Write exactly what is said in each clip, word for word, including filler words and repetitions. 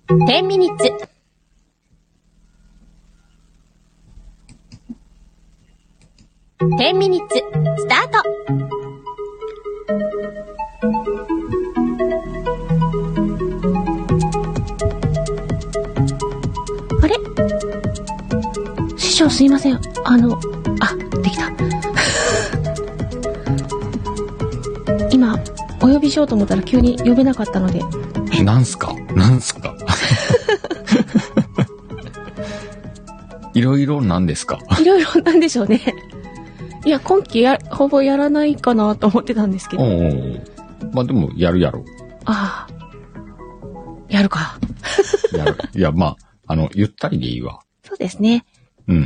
じゅうミニッツ。じゅうミニッツ、スタート。あれ？師匠すいません。あの、あ、できた。今、お呼びしようと思ったら急に呼べなかったので。 なんすかなんすかいろいろなんですかいろいろなんでしょうね。いや、今期や、ほぼやらないかなと思ってたんですけど。 おうおうまあでも、やるやろ。 ああ。やるか。 やる。いや、まあ、あの、ゆったりでいいわ。 そうですね。 うん。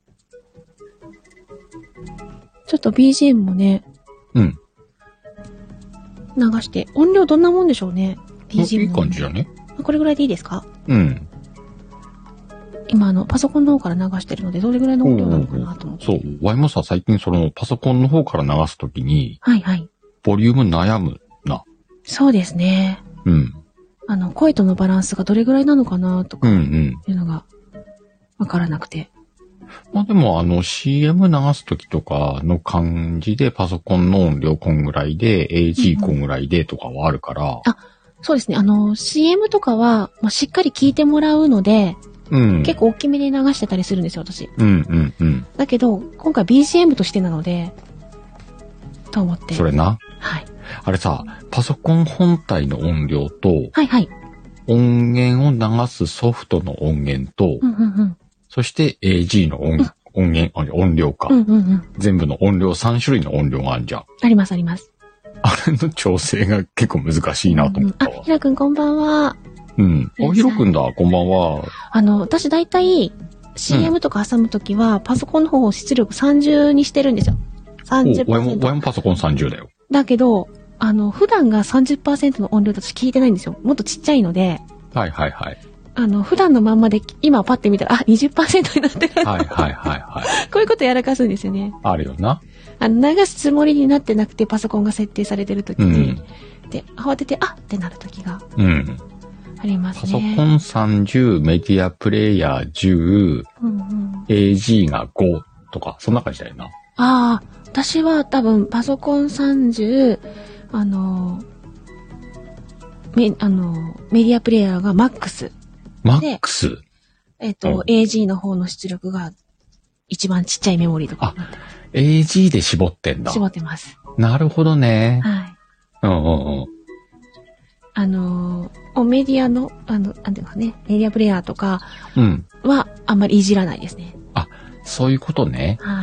ちょっと ビージーエム もね。 うん。 流して。音量どんなもんでしょうね。ビージーエム。 いい感じだね。 これぐらいでいいですか？ うん。 今、あの、パソコンの方から流してるので、どれぐらいの音量なのかなと思って。 そう。ワイもさ、最近その、パソコンの方から流すときに、 はいはい。 ボリューム悩むな。 そうですね。 うん。 あの、声とのバランスがどれぐらいなのかなとか、 うんうん。 いうのが、わからなくて。 まあでも、あの、シーエム 流すときとかの感じで、パソコンの音量こんぐらいで、エージー こんぐらいでとかはあるから。うんうん、 あ、そうですね。あの、シーエム とかは、まあ、しっかり聞いてもらうので、うん、結構大きめに流してたりするんですよ、私。 うんうんうん。 だけど、今回 ビージーエム としてなので、と思って。 それな。 はい。 あれさ、パソコン本体の音量と、 はいはい。 音源を流すソフトの音源と、 うんうんうん、そして エージー の 音,、うん、音源、音量か、 うんうんうん。 全部の音量さん種類の音量があるじゃん。 ありますあります。 あれの調整が結構難しいなと思ったわ。 うんうん、あ、ひらくんこんばんは。 うん。お、ひろくんだ、こんばんは。 あの、私だいたい シーエム とか挟むときは、うん、パソコンの方を出力さんじゅうにしてるんですよ。さんじゅっパーセント。 ワイもパソコンさんじゅうだよ。 だけど、あの、普段が さんじゅっパーセント の音量だと聞いてないんですよ。もっとちっちゃいので。 はいはいはい。 あの、普段のまんまで、今パッて見たら、あ、にじゅっパーセント になってる。 はいはいはいはい。 こういうことやらかすんですよね。 あるよな。 あの、流すつもりになってなくて、パソコンが設定されてるときに、うん、で、慌てて、あってなるときが。うん。ありますね。 パソコンさんじゅう、メディアプレイヤーじゅう、うんうん、エージー がごとか、そんな感じだよな。ああ、私は多分パソコンさんじゅう、あの、メ、あの、メディアプレイヤーがマックス。 マックス？ えっと、エージー の方の出力が一番ちっちゃいメモリとかになってます。 エージー で絞ってんだ。 絞ってます。 なるほどね。 はい。 うんうんうん。 あのー、メディアの、あの、なんていうかね、メディアプレイヤーとかは、あんまりいじらないですね。 うん、あ、そういうことね。 はい。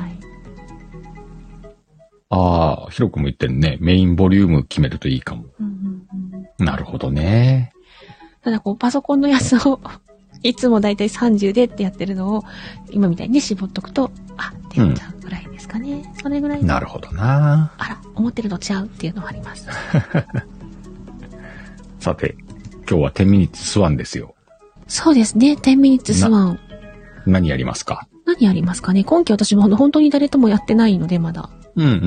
ああ、ヒロ君も言ってるね。メインボリューム決めるといいかも。うんうんうん、なるほどね。 ただこう、パソコンのやつを、いつもだいたいさんじゅうでってやってるのを、今みたいに絞っとくと、あ、ってやっちゃうぐらいですかね。うん、それぐらい。 なるほどな。 あら、思ってると違うっていうのはあります。 さて、今日はじゅうミニッツスワンですよ。 そうですね、じゅうミニッツスワン。 何やりますか？ 何やりますかね。今期私も本当に誰ともやってないので、まだ。 うんうんうん。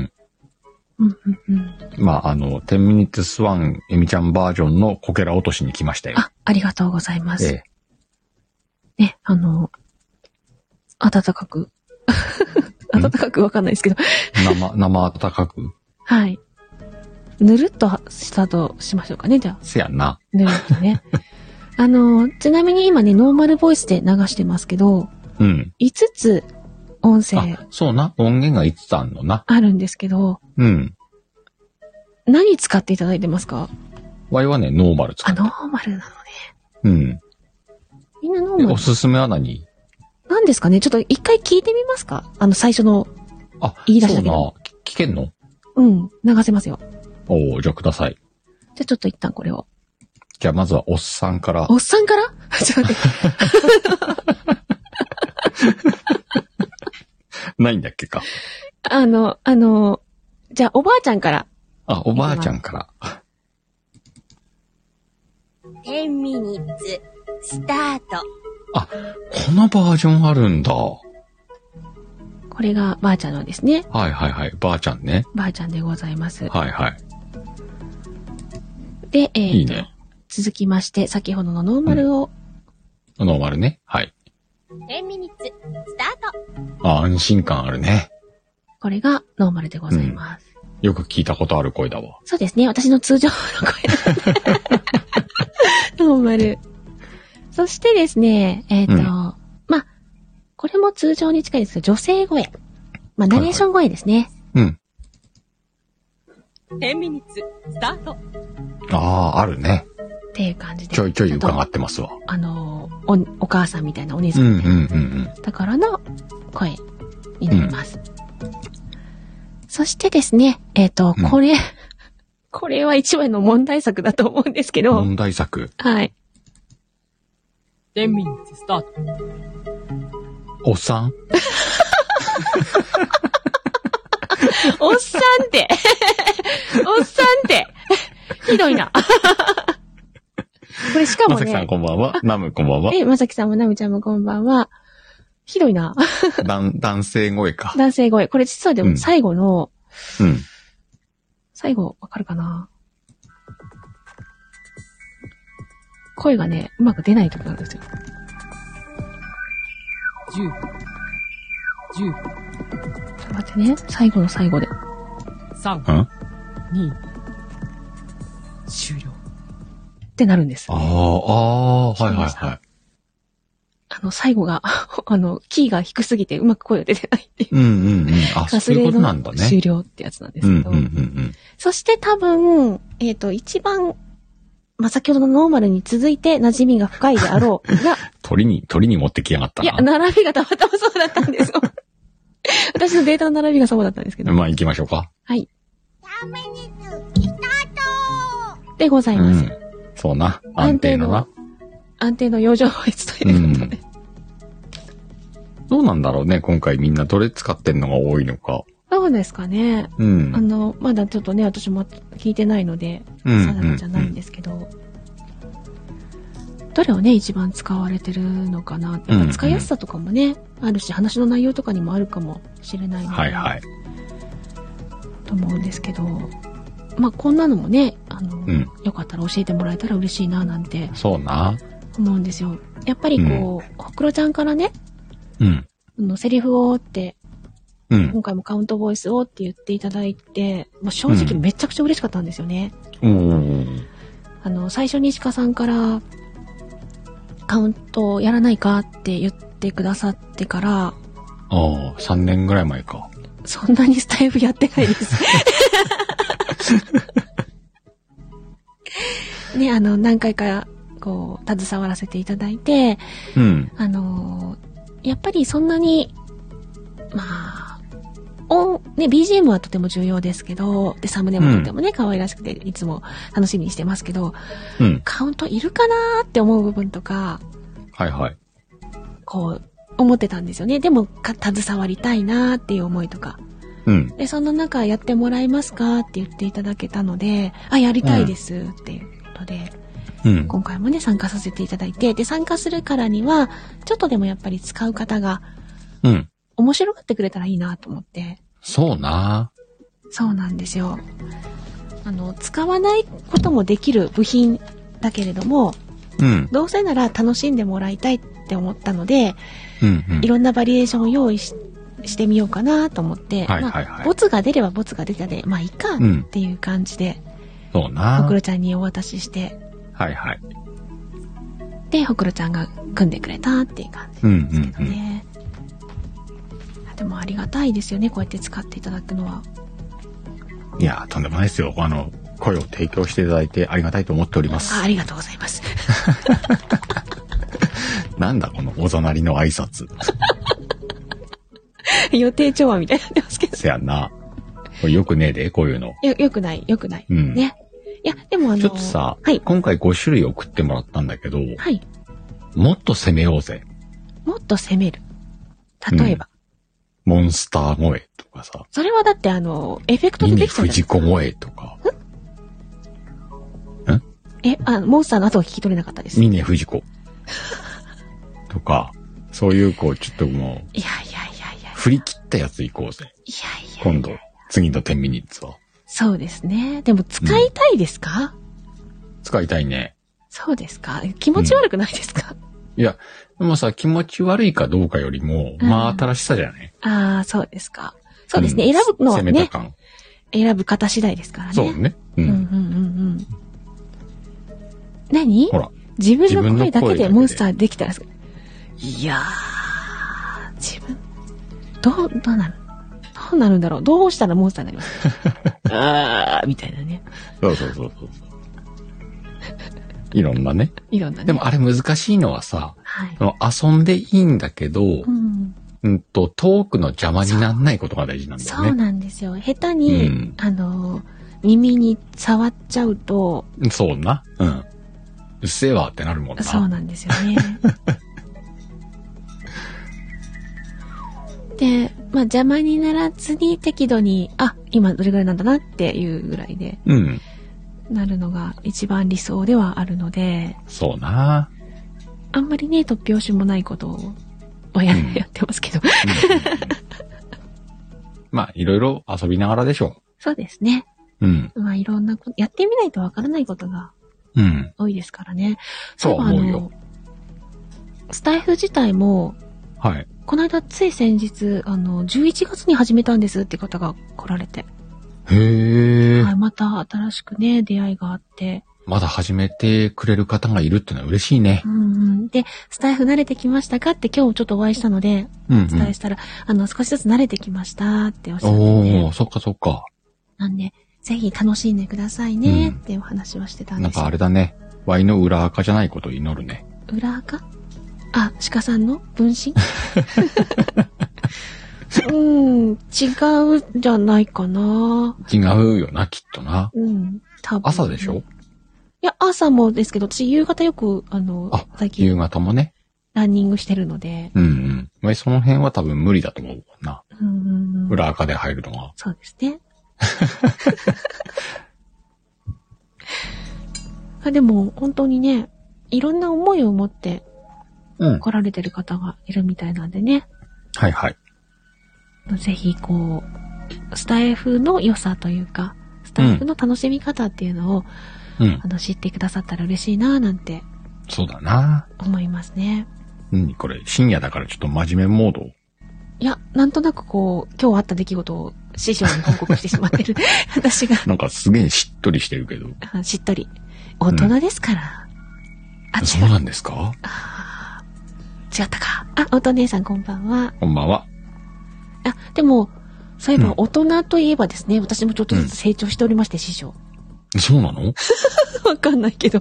うんうんうん。 まあ、あの、じゅうミニッツスワンエミちゃんバージョンのこけら落としに来ましたよ。 あ、ありがとうございます。 ええ。ね、あの、暖かく。暖かくわかんないですけど。 生、生暖かくはい。ぬるっとしたとしましょうかね、じゃあ。 せやんな。 ぬるっとね。あの、ちなみに今ね、ノーマルボイスで流してますけど、 うん。 いつつ音声。 そうな。音源がいつつあんのな。 あるんですけど、 うん。 何使っていただいてますか？ ワイはね、ノーマル使って。 あ、ノーマルなのね。 うん。 みんなノーマル。 おすすめは何？ 何ですかね？ちょっと一回聞いてみますか？あの、最初の言い出しだけど。 そうな。聞けんの？ うん。流せますよ。 おー、じゃあください。 じゃあちょっと一旦これを。 じゃあまずはおっさんから。 おっさんからちょっと待って。 ないんだっけか。 あの、あの、じゃあおばあちゃんから。 あ、おばあちゃんから。 じゅうミニッツ、スタート。 あ、このバージョンあるんだ。 これがばあちゃんのですね。 はいはいはい。ばあちゃんね。 ばあちゃんでございます。 はいはい。 で、えー、 いいね。 続きまして、先ほどのノーマルを。 うん、ノーマルね。はい。 じゅうミニッツ、スタート。あ、安心感あるね。 これがノーマルでございます。 うん、よく聞いたことある声だわ。 そうですね。私の通常の声。ノーマル。そしてですね、えっ、ー、と、うん、まあ、これも通常に近いですけど、女性声。まあ、ナレーション声ですね。 はいはい、 うん。じゅうミニッツ、スタート。 ああ、あるね。 っていう感じで。 ちょいちょい伺ってますわ。 あの、お、お母さんみたいなお姉さんみたいな。うんうんうんうん、だからの声になります。うん、そしてですね、えっ、ー、と、これ、うん、これは一番の問題作だと思うんですけど。 問題作。 はい。 じゅうミニッツスタート。 おっさんおっさんって。おっさんって。ひどいな。これしかもね。 まさきさんこんばんは。ナムこんばんは。 え、まさきさんもナムちゃんもこんばんは。ひどいな。 男性声か。 男性声。これ実はでも最後の、 うん。うん、 最後、わかるかな？声がね、うまく出ないところなんですよ。 じゅう。じゅう。 ちょっと待ってね。最後の最後で。 さん。に。終了。 ってなるんです、 ね。ああ、ああ、はいはいはい。 あの、最後が、あの、キーが低すぎてうまく声が出てないっていう。 うんうんうん。あ、そういうことなんだね。 終了ってやつなんですけど。 うんうんうんうん、 そして多分、えっ、ー、と、一番、まあ、先ほどのノーマルに続いて馴染みが深いであろうが。 鳥に、鳥に持ってきやがったな。 いや、並びがたまたまそうだったんですよ。私のデータの並びがそうだったんですけど。 まあ、行きましょうか。 はい。 さんミニッツ、スタートでございます。うん、 そうな。安定のな。 安定の養生法律ということで、うん。 どうなんだろうね、今回みんなどれ使ってんのが多いのか。 どうですかね。 うん。 あの、まだちょっとね、私も聞いてないので、定かじゃないんですけど、うんうんうん、どれをね、一番使われてるのかな。やっぱ使いやすさとかもね、うんうん、あるし、話の内容とかにもあるかもしれないので、 はいはい。 と思うんですけど、まあ、こんなのもね、あの、うん、よかったら教えてもらえたら嬉しいな、なんて。 そうな。 思うんですよ。やっぱりこう、ほくろちゃんからね、 うん。 あの、セリフをって、 うん、 今回もカウントボイスをって言っていただいて、まあ、正直めちゃくちゃ嬉しかったんですよね。 うん、 あの、最初に石川さんからカウントやらないかって言ってくださってから、 ああ、さんねんぐらい前か。 そんなにスタイフやってないです。ね、あの、何回か、こう、携わらせていただいて、 うん、 あの、やっぱりそんなに、まあ、音、ね、ビージーエム はとても重要ですけど、で、サムネもとてもね、うん、可愛らしくて、いつも楽しみにしてますけど、 うん、 カウントいるかなーって思う部分とか、 はいはい。 こう、思ってたんですよね。でも、か、携わりたいなーっていう思いとか。 うん。 で、その中、やってもらえますかって言っていただけたので、あ、やりたいですっていうことで、 うん、 今回もね、参加させていただいて、で、参加するからには、ちょっとでもやっぱり使う方が、 うん。 面白がってくれたらいいなと思って。 そうな。 そうなんですよ。あの、使わないこともできる部品だけれども、 うん、 どうせなら楽しんでもらいたいって思ったので、 うんうん、 いろんなバリエーションを用意 し, してみようかなと思って、 はいはいはい、 まあ、ボツが出ればボツが出たで、まあいいかっていう感じで、 うん、そうな。 ほくろちゃんにお渡しして、 はいはい。 で、ほくろちゃんが組んでくれたっていう感じなんですけどね。うんうんうん、でもありがたいですよね、こうやって使っていただくのは。 いや、とんでもないですよ。あの、声を提供していただいてありがたいと思っております。 あ、ありがとうございます。 なんだこのおざなりの挨拶。 予定調和みたいになってますけど。 せやんな。これよくねえで、こういうの。 よ、よくない、よくない。 うん。 ね。いや、でもあのー、 ちょっとさ、 はい、 今回ご種類送ってもらったんだけど、 はい。 もっと攻めようぜ。 もっと攻める。例えば。 うん、モンスター声とかさ。 それはだってあの、エフェクトでできちゃう。 峰不二子声とか。んんえ、あ、モンスターの後は聞き取れなかったです。 峰不二子。とか、そういうこう、ちょっともう。 いやいやいやいや。 振り切ったやついこうぜ。 いやいや。 今度、次のじゅうミニッツは。 そうですね。でも使いたいですか？ うん、使いたいね。 そうですか。気持ち悪くないですか？ うん、いや、でもさ、気持ち悪いかどうかよりも、うん、まあ新しさじゃない？ ああ、そうですか。そうですね。うん、選ぶのはね。攻めた感。選ぶ方次第ですからね。 そうね。うん。うんうんうんうん。 何？ ほら。 自分の声だけでモンスターできたら、いやー、自分、どう、どうなるどうなるんだろうどうしたらモンスターになりますあー、みたいなね。 そうそうそうそう。いろんなね。 いろんなね。 でもあれ難しいのはさ、はい、遊んでいいんだけど、うんうんと、トークの邪魔にならないことが大事なんだよね。 そうなんですよ。下手に、うん、あの、耳に触っちゃうと。 そうな。うん。うっせえわってなるもんな。 そうなんですよね。で、まあ邪魔にならずに適度に、あ、今どれぐらいなんだなっていうぐらいで、うん、なるのが一番理想ではあるので。 そうな。 あんまりね、突拍子もないことを。や, うん、やってますけど、うん、 まあいろいろ遊びながらでしょう。 そうですね。 うん。 まあいろんなことやってみないとわからないことが多いですからね。うん、 そう思うよ。 スタイフ自体も、 はい。 この間つい先日あのじゅういちがつに始めたんですって方が来られて。 へえ。 はい、また新しくね出会いがあって。 まだ始めてくれる方がいるってのは嬉しいね。 うんうん、で、スタイフ慣れてきましたかって今日ちょっとお会いしたので、うんうん、お伝えしたら、あの、少しずつ慣れてきましたっておっしゃってて。 おー、そっかそっか。 なんで、ぜひ楽しんでくださいねってお話はしてたんですよ、うん、 なんかあれだね。ワイの裏垢じゃないことを祈るね。 裏垢？あ、鹿さんの分身うん、違うんじゃないかな。 違うよな、きっとな。 うん、多分。 朝でしょ？ いや、朝もですけど、私夕方よく、あの、 あ、最近。夕方もね。 ランニングしてるので。 うんうん。まあ、その辺は多分無理だと思うもんな。 うんうんうん。 裏垢で入るのは。 そうですね。あ、でも、本当にね、いろんな思いを持って来られてる方がいるみたいなんでね。 うん、はいはい。 ぜひ、こう、スタイフの良さというか、スタイフの楽しみ方っていうのを、うん、あの知ってくださったら嬉しいなぁなんて。 そうだな思いますね。 うん、これ深夜だからちょっと真面目モード。 いや、なんとなくこう、今日あった出来事を師匠に報告してしまってる私が。 なんかすげえしっとりしてるけど。 しっとり。大人ですから。 うん、あ、そうなんですか？ あ違ったか。あ、おと姉さんこんばんは。 こんばんは。 あ、でも、そういえば大人といえばですね、うん、私もちょっとずつ成長しておりまして、師匠。 そうなの？ わかんないけど。い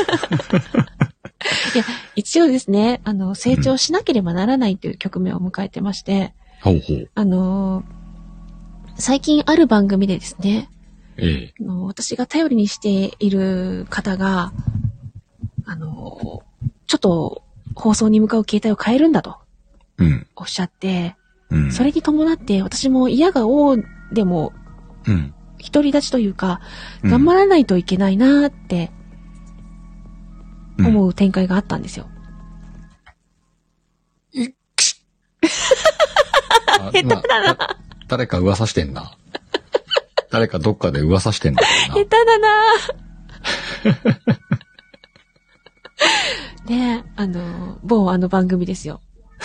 や、一応ですね、あの、成長しなければならないという局面を迎えてまして、 ほうほう。 あの、最近ある番組でですね、 ええ、 あの私が頼りにしている方が、あの、ちょっと放送に向かう携帯を変えるんだと、 うん、 おっしゃって、 うん、 それに伴って私も嫌がおうでも、 うん、 独り立ちというか、頑張らないといけないなーって思う展開があったんですよ。 うん、 下手だな。 誰か噂してんな。誰かどっかで噂してんだな。 下手だな。ねえ、あの、某あの番組ですよ。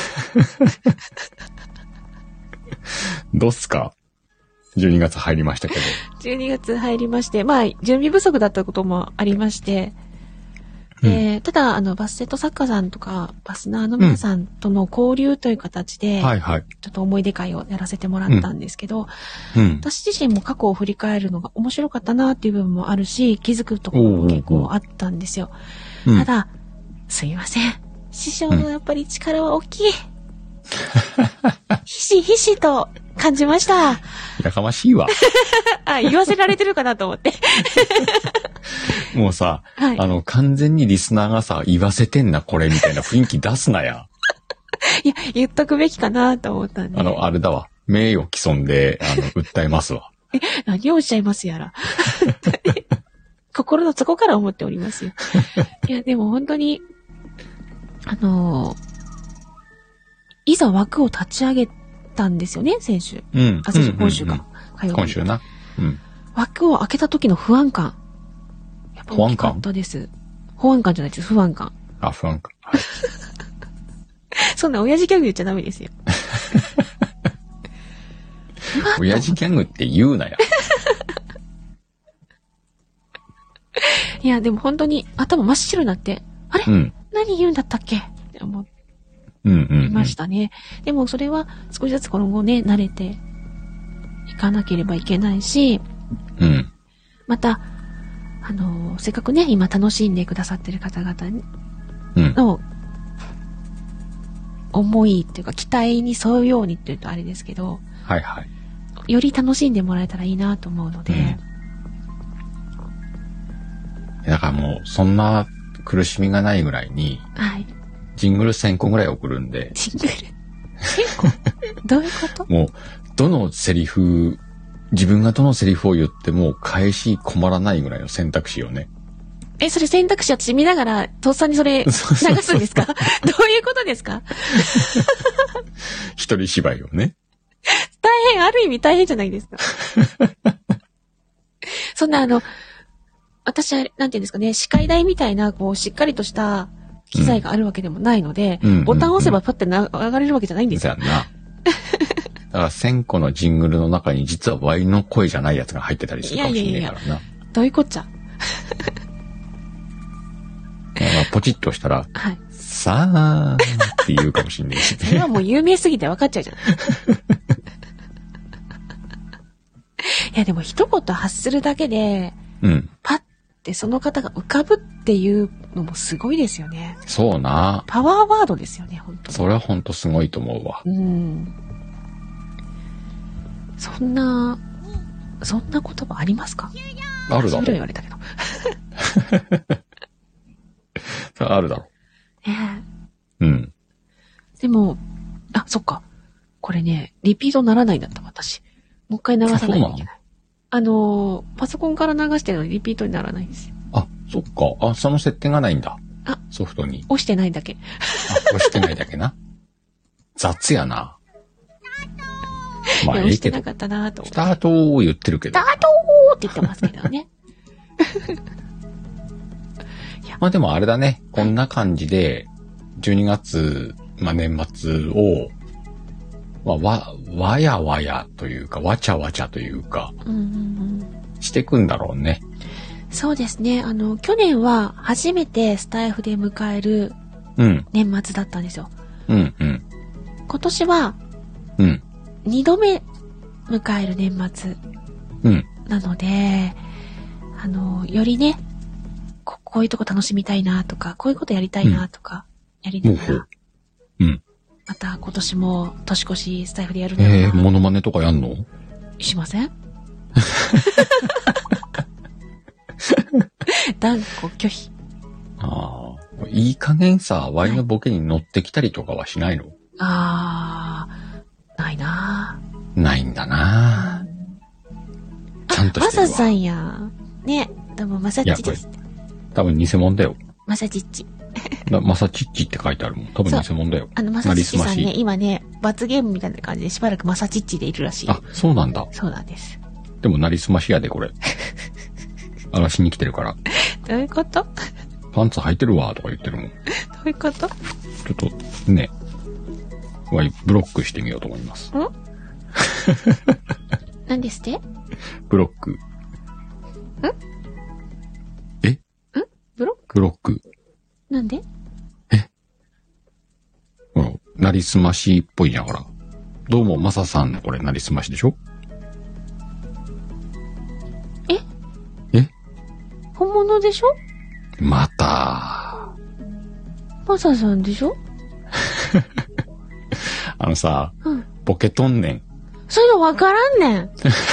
どうっすか？じゅうにがつ入りましたけど。 じゅうにがつ入りまして、まあ、準備不足だったこともありまして、うん、えー、ただ、あの、バスセット作家さんとか、バスナーの皆さんとの交流という形で、うん、はいはい。ちょっと思い出会をやらせてもらったんですけど、うん、私自身も過去を振り返るのが面白かったなっていう部分もあるし、気づくところも結構あったんですよ。うん、ただ、すいません。師匠のやっぱり力は大きい。ひしひしと感じました。 やかましいわ。 あ、言わせられてるかなと思って。 もうさ、はい、あの、完全にリスナーがさ、言わせてんな、これ、みたいな雰囲気出すなや。 いや、言っとくべきかなと思ったんで。 あの、あれだわ。名誉毀損で、あの、訴えますわ。 え、何をおっしゃいますやら。心の底から思っておりますよ。いや、でも本当に、あのー、いざ枠を立ち上げたんですよね、先週。 うん。 あ、先週、今週か。 うんうん、今週な。うん。 枠を開けた時の不安感。やっぱ大きかったです。 保安官じゃないです。不安官。 あ、不安官。はい。 そんな親父ギャグ言っちゃダメですよ。 親父ギャグって言うなよ。 いや、でも本当に頭真っ白になって、あれ、うん、何言うんだったっけって思いましたね。うんうんうん、でもそれは少しずつ今後ね、慣れていかなければいけないし、うん、また、あのー、せっかくね、今楽しんでくださってる方々の思いっていうか期待に沿うようにって言うとあれですけど、 はいはい。 より楽しんでもらえたらいいなと思うので、 うん、だからもうそんな苦しみがないぐらいに、はい、ジングルせんこぐらい送るんで。 ジングルせんこどういうこと？ もうどのセリフ、自分がどのセリフを言っても返し困らないぐらいの選択肢をね。 え、それ選択肢私見ながらとっさにそれ流すんですか？どういうことですか？ 一人芝居をね。 大変、ある意味大変じゃないですか。そんなあの、私は、なんていうんですかね、司会台みたいな、こう、しっかりとした機材があるわけでもないので、うん、ボタンを押せばパッてな上がれるわけじゃないんですよ。そうやんな。だからせんこのジングルの中に実はワイの声じゃないやつが入ってたりするかもしれないからな。いやいやいやどういうこっちゃ。 ポチッと押したら、はい、さあって言うかもしれないし、ね。 それはもう有名すぎて分かっちゃうじゃん。いやでも一言発するだけで、うん、パッてその方が浮かぶっていうのもすごいですよね。 そうな。 パワーワードですよね、本当に。 それは本当すごいと思うわ。うん。 そんな、そんな言葉ありますか？ あるだろ。 それ言われたけど。 あるだろ。 ねえ。うん。でも、あ、そっか。これね、リピートならないんだった、私。もう一回流さないといけない。あのー、パソコンから流してるのにリピートにならないんですよ。 あ、そっか。あ、その設定がないんだ。あ、ソフトに。 押してないだけ。 あ、押してないだけな。雑やな。 まあ、押してなかったなと思って。 スタートを言ってるけど。 スタートーって言ってますけどね。 まあでもあれだね。こんな感じで、じゅうにがつ、まあ年末を、まあ、わ、わやわやというか、わちゃわちゃというか、うんうんうん、していくんだろうね。 そうですね。あの、去年は初めてスタイフで迎える年末だったんですよ。うんうん。今年は、うん。二度目迎える年末。うん。なので、あの、よりね、こ, こういうとこ楽しみたいなとか、こういうことやりたいなとか、やりながら、うん。また今年も年越しスタイフでやるのかな。 えー、モノマネとかやんの？ しません？断固拒否。 ああ、いい加減さ、ワイのボケに乗ってきたりとかはしないの？はい、 ああ、ないなぁ。ないんだなぁ。ちゃんとしてるわ。 マサさんや。ね、多分マサチッチです。 多分偽物だよ。 マサチッチ。 マサチッチって書いてあるもん。多分偽物だよ。 あの、マサチッチさんね、今ね、罰ゲームみたいな感じでしばらくマサチッチでいるらしい。 あ、そうなんだ。 そうなんです。 でも、なりすましやで、これ。荒らしに来てるから。 どういうこと？ パンツ履いてるわ、とか言ってるもん。どういうこと？ちょっと、ね、わい、ブロックしてみようと思います。ん？ 何ですって？ ブロック。ん？え？ん？ ブロック？ ブロック。 なんで？ え？ほら、なりすましっぽいじゃん、ほら。どうも、マサさんのこれ、なりすましでしょ？ え？ え？ 本物でしょ？ また。 マサさんでしょ？ あのさ、うん、ボケとんねん。 そういうのわからんねん。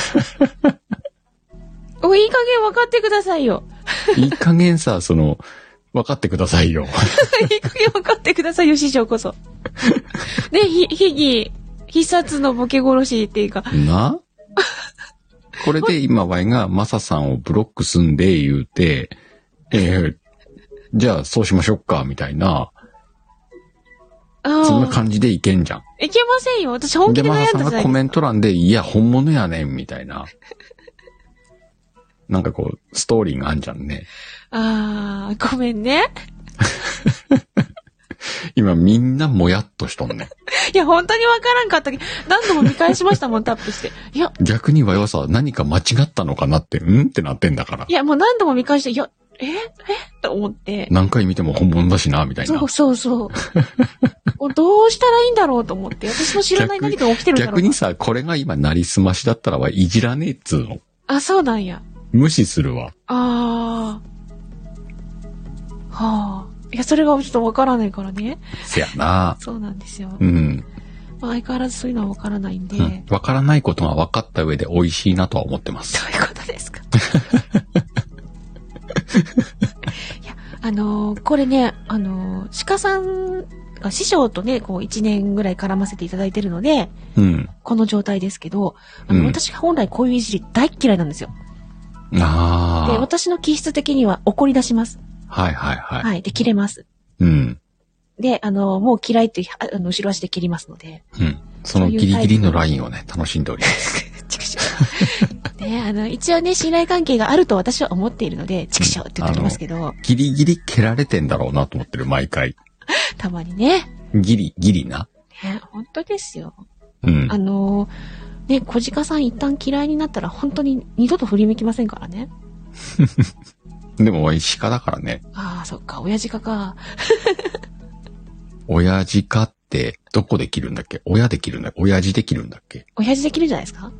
お、いい加減わかってくださいよ。 いい加減さ、その、わかってくださいよ。 いい加減わかってくださいよ、師匠こそ。ね、ひ、ひぎ、必殺のボケ殺しっていうか。 な？これで今、ワイがマサさんをブロックすんで言うて、えー、じゃあそうしましょうか、みたいな。そんな感じでいけんじゃん。 いけませんよ。私本気で悩んだじゃないですか。 で、マサさんがコメント欄で、いや、本物やねん、みたいな。 なんかこう、ストーリーがあんじゃんね。 あー、ごめんね。 今みんなもやっとしとんね。 いや、本当にわからんかったけど、何度も見返しましたもん、タップして。いや。 逆にわよさ、何か間違ったのかなって、うんってなってんだから。 いや、もう何度も見返して、いや、ええと思って。 何回見ても本物だしな、みたいな。 そうそうそう。どうしたらいいんだろうと思って。私の知らない何か起きてるんだろう。 逆にさ、これが今なりすましだったらはいじらねえっつうの。 あ、そうなんや。 無視するわ。 あー。はあ。いや、それがちょっとわからないからね。 せやな。 そうなんですよ。 うん。 まあ、相変わらずそういうのはわからないんで。 うん。わからないことが分かった上で美味しいなとは思ってます。 どういうことですか？いや、あのー、これね、あのー、鹿さんが師匠とね、こう一年ぐらい絡ませていただいてるので、 うん。 この状態ですけど、あの、うん、私本来こういういじり大嫌いなんですよ。 ああ。 で、私の気質的には怒り出します。 はいはいはい。 はい。で、切れます。 うん。で、 あの、もう嫌いって、あの、後ろ足で切りますので。 うん。そのギリギリのラインをね、楽しんでおります。 畜生。ね、あの、一応ね、信頼関係があると私は思っているので、畜生って言っておりますけど。 ギリギリ蹴られてんだろうなと思ってる、毎回。 たまにね。 ギリ、ギリな。 ね、本当ですよ。 うん。 あの、ね、小鹿さん一旦嫌いになったら本当に二度と振り向きませんからね。 でも、鹿だからね。 ああ、そっか、親鹿か。 親鹿って、どこで切るんだっけ？親で切るんだっけ？親父で切るんだっけ？ 親父で切るんじゃないですか？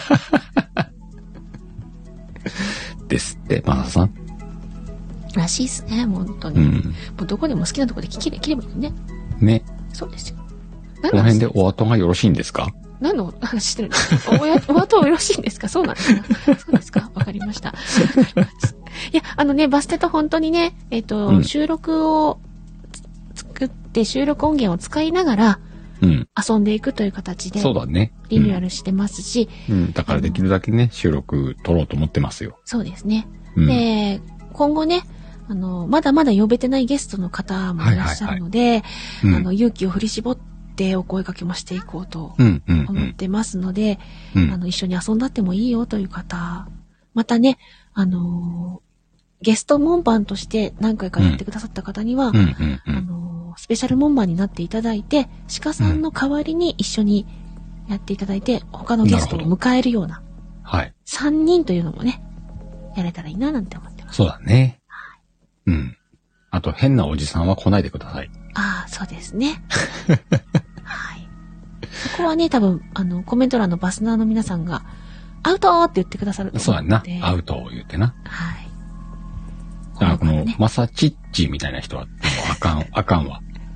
ですって、マナさん。 らしいっすね、本当に。うん。もうどこでも好きなところで切れ、切ればいいね。 ね。 そうですよ。 この辺でお後がよろしいんですか？ 何の話してるんですか？おや、お後はよろしいんですか？そうなんですか？そうですか？わかりました。いや、あのね、バステと本当にね、えっと、うん、収録を作って収録音源を使いながら、うん、遊んでいくという形で、 そうだね。 リニューアルしてますし、 うん、うん、だからできるだけね、収録撮ろうと思ってますよ。 そうですね。うん、で、今後ね、あの、まだまだ呼べてないゲストの方もいらっしゃるので、はいはいはい、あの、勇気を振り絞って、でお声掛けもしていこうと思ってますので、うんうんうん、あの一緒に遊んだってもいいよという方、またね、あのー、ゲスト門番として何回かやってくださった方には、うんうんうんうん、あのー、スペシャル門番になっていただいて、鹿さんの代わりに一緒にやっていただいて、他のゲストを迎えるような、 はい、 さんにんというのもね、やれたらいいななんて思ってます。 そうだね。はい、うん。あと変なおじさんは来ないでください。 ああ、そうですね。はい。そこはね、多分、あの、コメント欄のバスナーの皆さんが、アウトって言ってくださると思うので。 そうやな。アウトを言ってな。 はい。 だからこの、マサチッチみたいな人は、あかん、あかんわ。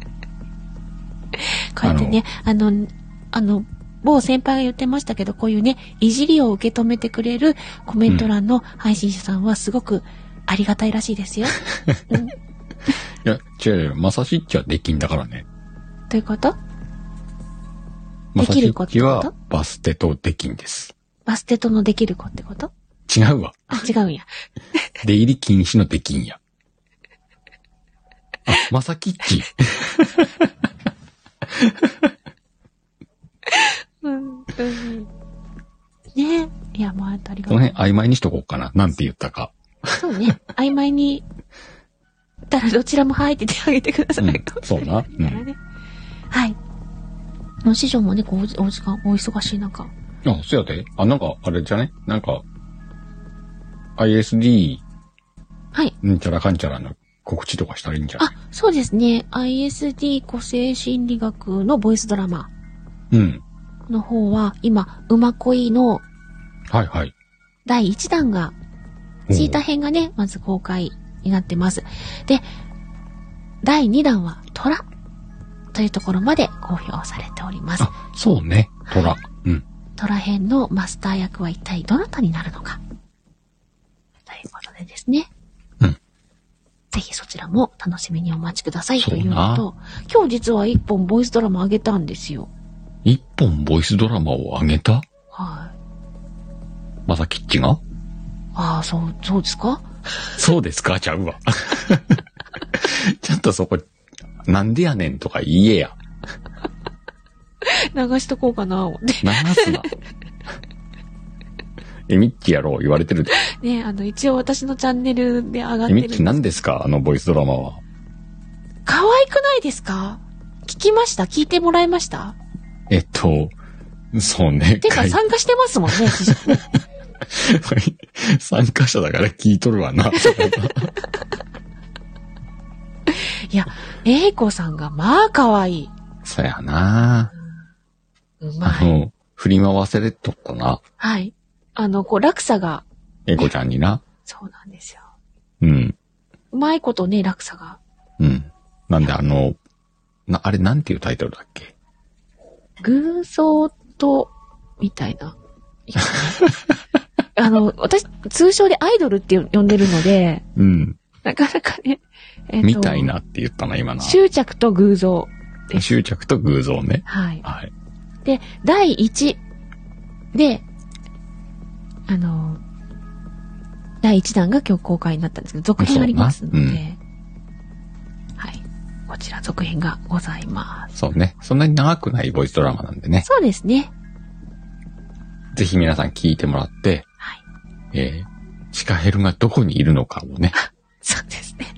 こうやってね、あの、あの、あの某先輩が言ってましたけど、こういうね、いじりを受け止めてくれるコメント欄の配信者さんはすごくありがたいらしいですよ。うん、いや、違う違う、マサチッチはできんだからね。 どういうこと？ できる子ってこと？マサチッチはバステとできんです。 バステとのできる子ってこと？ 違うわ。 あ、違うんや。 出入り禁止のできんや。あ、マサキッチ。 うん、うん。ねえ。いや、まあ、ありがとう。 この辺曖昧にしとこうかな。なんて言ったか。 そうね。曖昧に、たらどちらもはいって手を挙げてください。うん、 そうな。うん、 はい。の師匠もね、こう、お時間、お忙しい中。 あ、そうやで。あ、なんか、あれじゃねなんか、アイエスディー、 はい。 んちゃらかんちゃらの告知とかしたらいいんじゃない？ あ、そうですね。アイエスディー 個性心理学のボイスドラマ。 うん。 の方は、今、馬恋の、 はいはい。 だいいちだんが、チータ編がね、まず公開になってます。で、だいにだんは、虎というところまで公表されております。 あ、そうね。虎。はい、うん。 虎編のマスター役は一体どなたになるのか。ということでですね。 うん。 ぜひそちらも楽しみにお待ちくださいというのと、今日実は一本ボイスドラマ上げたんですよ。 一本ボイスドラマを上げた？ はい。 まさきっちが？ ああ、そう、そうですか？ そうですか？ちゃうわ。ちゃんとそこ、なんでやねんとか言えや。 流しとこうかな、思って。 流すな。 え、ミッチやろう言われてるで。 ね、あの、一応私のチャンネルで上がってえ、 るんです。 ミッチ何ですかあのボイスドラマは。 可愛くないですか？聞きました？聞いてもらいました？ えっと、そうね。 てか参加してますもんね、 参加者だから聞いとるわな。 いや、英子さんがまあ可愛い。 そうやな、 うん、うまい。 あの、振り回せれとったな。 はい。あの、こう、落差が。 英子ちゃんにな。 そうなんですよ。 うん。 うまいことね、落差が。 うん。なんであの、な、あれなんていうタイトルだっけ？ 偶像と、みたいな。あの、私、通称でアイドルって呼んでるので、 うん。 なかなかね、 えー、みたいなって言ったな、今な。 執着と偶像です。 執着と偶像ね。 はい。 はい。 で、だいいちで、あの、だいいちだんが今日公開になったんですけど、続編ありますので、うん、はい。こちら続編がございます。 そうね。そんなに長くないボイスドラマなんでね。 そうですね。 ぜひ皆さん聞いてもらって、はい。えー、シカヘルがどこにいるのかをね。 そうですね。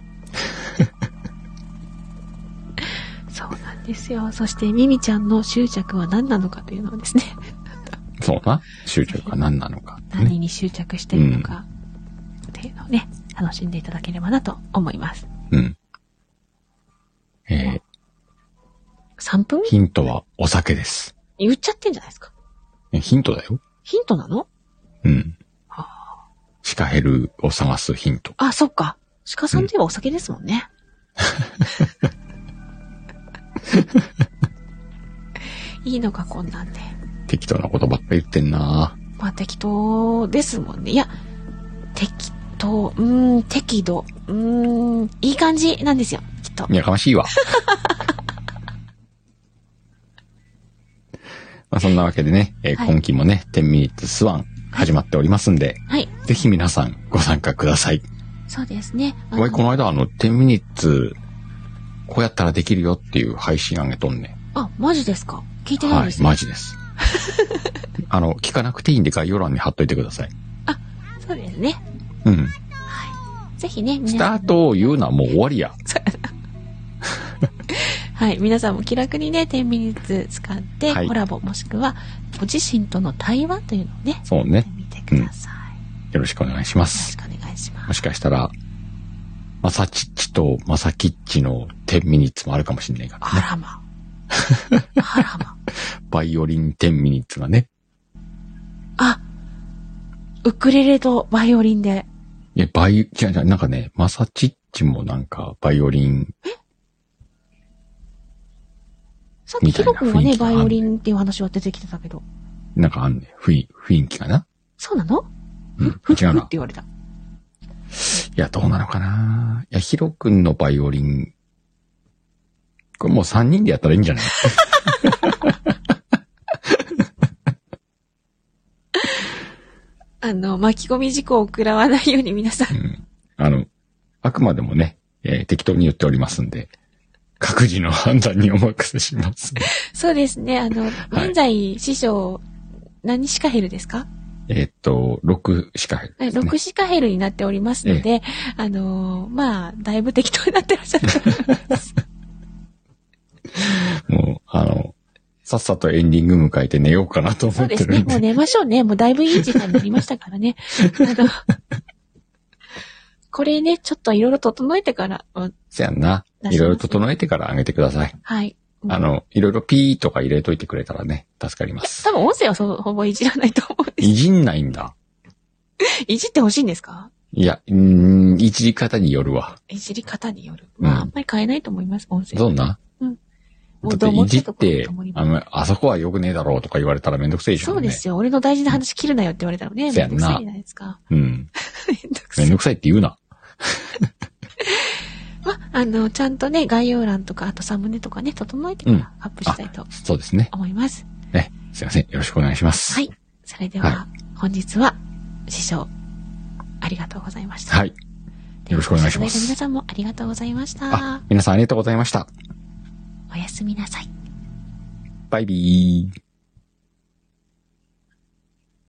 そうなんですよ。そしてミミちゃんの執着は何なのかというのをですね。 そうな。執着は何なのか、ね。 何に執着してるのか、っていうのをね、楽しんでいただければなと思います。 うん。えー、 さんぷん？ ヒントはお酒です。 言っちゃってんじゃないですか。 ヒントだよ。 ヒントなの？ うん。はあ、シカヘルを探すヒント。 あ、そっか。シカさんといえばお酒ですもんね。うん、いいのか、こんなんで。 適当なことばっかり言ってんな。 まあ適当ですもんね。いや、適当、うーん、適度、うーん、いい感じなんですよ、きっと。 いやかましいわ。まあそんなわけでね、えーはい、今期もね、じゅうミニッツスワン始まっておりますんで、 はい、 ぜひ皆さんご参加ください。 そうですね。 お前この間あのじゅうミニッツこうやったらできるよっていう配信あげとんね。 あ、マジですか？聞いてないですね。 はい、マジです。あの聞かなくていいんで概要欄に貼っといてください。 あ、そうですね。 うん。 はい。ぜひね、 スタートを言うのはもう終わりや。 はい。皆さんも気楽にね、じゅうミニッツ使って、はい、コラボもしくは、ご自身との対話というのをね、 そうね。 見てください、 うん。よろしくお願いします。 よろしくお願いします。 もしかしたら、まさちっちとまさきっちのじゅうミニッツもあるかもしれないからね。 あらま。あらま。 バイオリンじゅうミニッツがね。 あ、ウクレレとバイオリンで。 いや、バイ、違う違う、なんかね、まさちっちもなんか、バイオリン。 えさっきヒロ君はね、バイオリンっていう話は出てきてたけど。 なんかあんね、雰囲雰囲気かな。 そうなの？ うん、 ふ、 違うな。 って言われた。 いや、どうなのかな。いや、ヒロ君のバイオリン、これもうさんにんでやったらいいんじゃない？ あの、巻き込み事故を食らわないように皆さん。うん、 あの、あくまでもね、えー、適当に言っておりますんで。各自の判断にお任せします。 そうですね。あの、はい、現在、師匠、何シカヘルですか？ えー、っと、ろくシカヘルですね。 ろくシカヘルになっておりますので、ええ、あのー、まあ、だいぶ適当になってらっしゃると思います。 もう、あの、さっさとエンディング迎えて寝ようかなと思ってるんで。 そうですね。もう寝ましょうね。もうだいぶいい時間になりましたからね。あのこれね、ちょっといろいろ整えてから。 そやんな。いろいろ整えてから上げてください。 はい。 あの、いろいろピーとか入れといてくれたらね、助かります。 多分音声はそほぼいじらないと思うんです。 いじんないんだ。 いじってほしいんですか？ いや、うーん、いじり方によるわ。 いじり方による。まあ、うん、あんまり変えないと思います、音声。 そうな。 うん。 だっていじって、あの、あそこは良くねえだろうとか言われたらめんどくせえじゃん、ね。 そうですよ。俺の大事な話切るなよって言われたらね、めんどくさいじゃないですか。 うん。めんどくさい。めんどくさいって言うな。 まあ、あの、ちゃんとね、概要欄とか、あとサムネとかね、整えてからアップしたいと、うん、 そうですね。 思います。 ね、すいません。よろしくお願いします。 はい。それでは、はい、本日は、師匠、ありがとうございました。 はい。よろしくお願いします。 皆さんもありがとうございました。 皆さんありがとうございました。 おやすみなさい。 バイビー。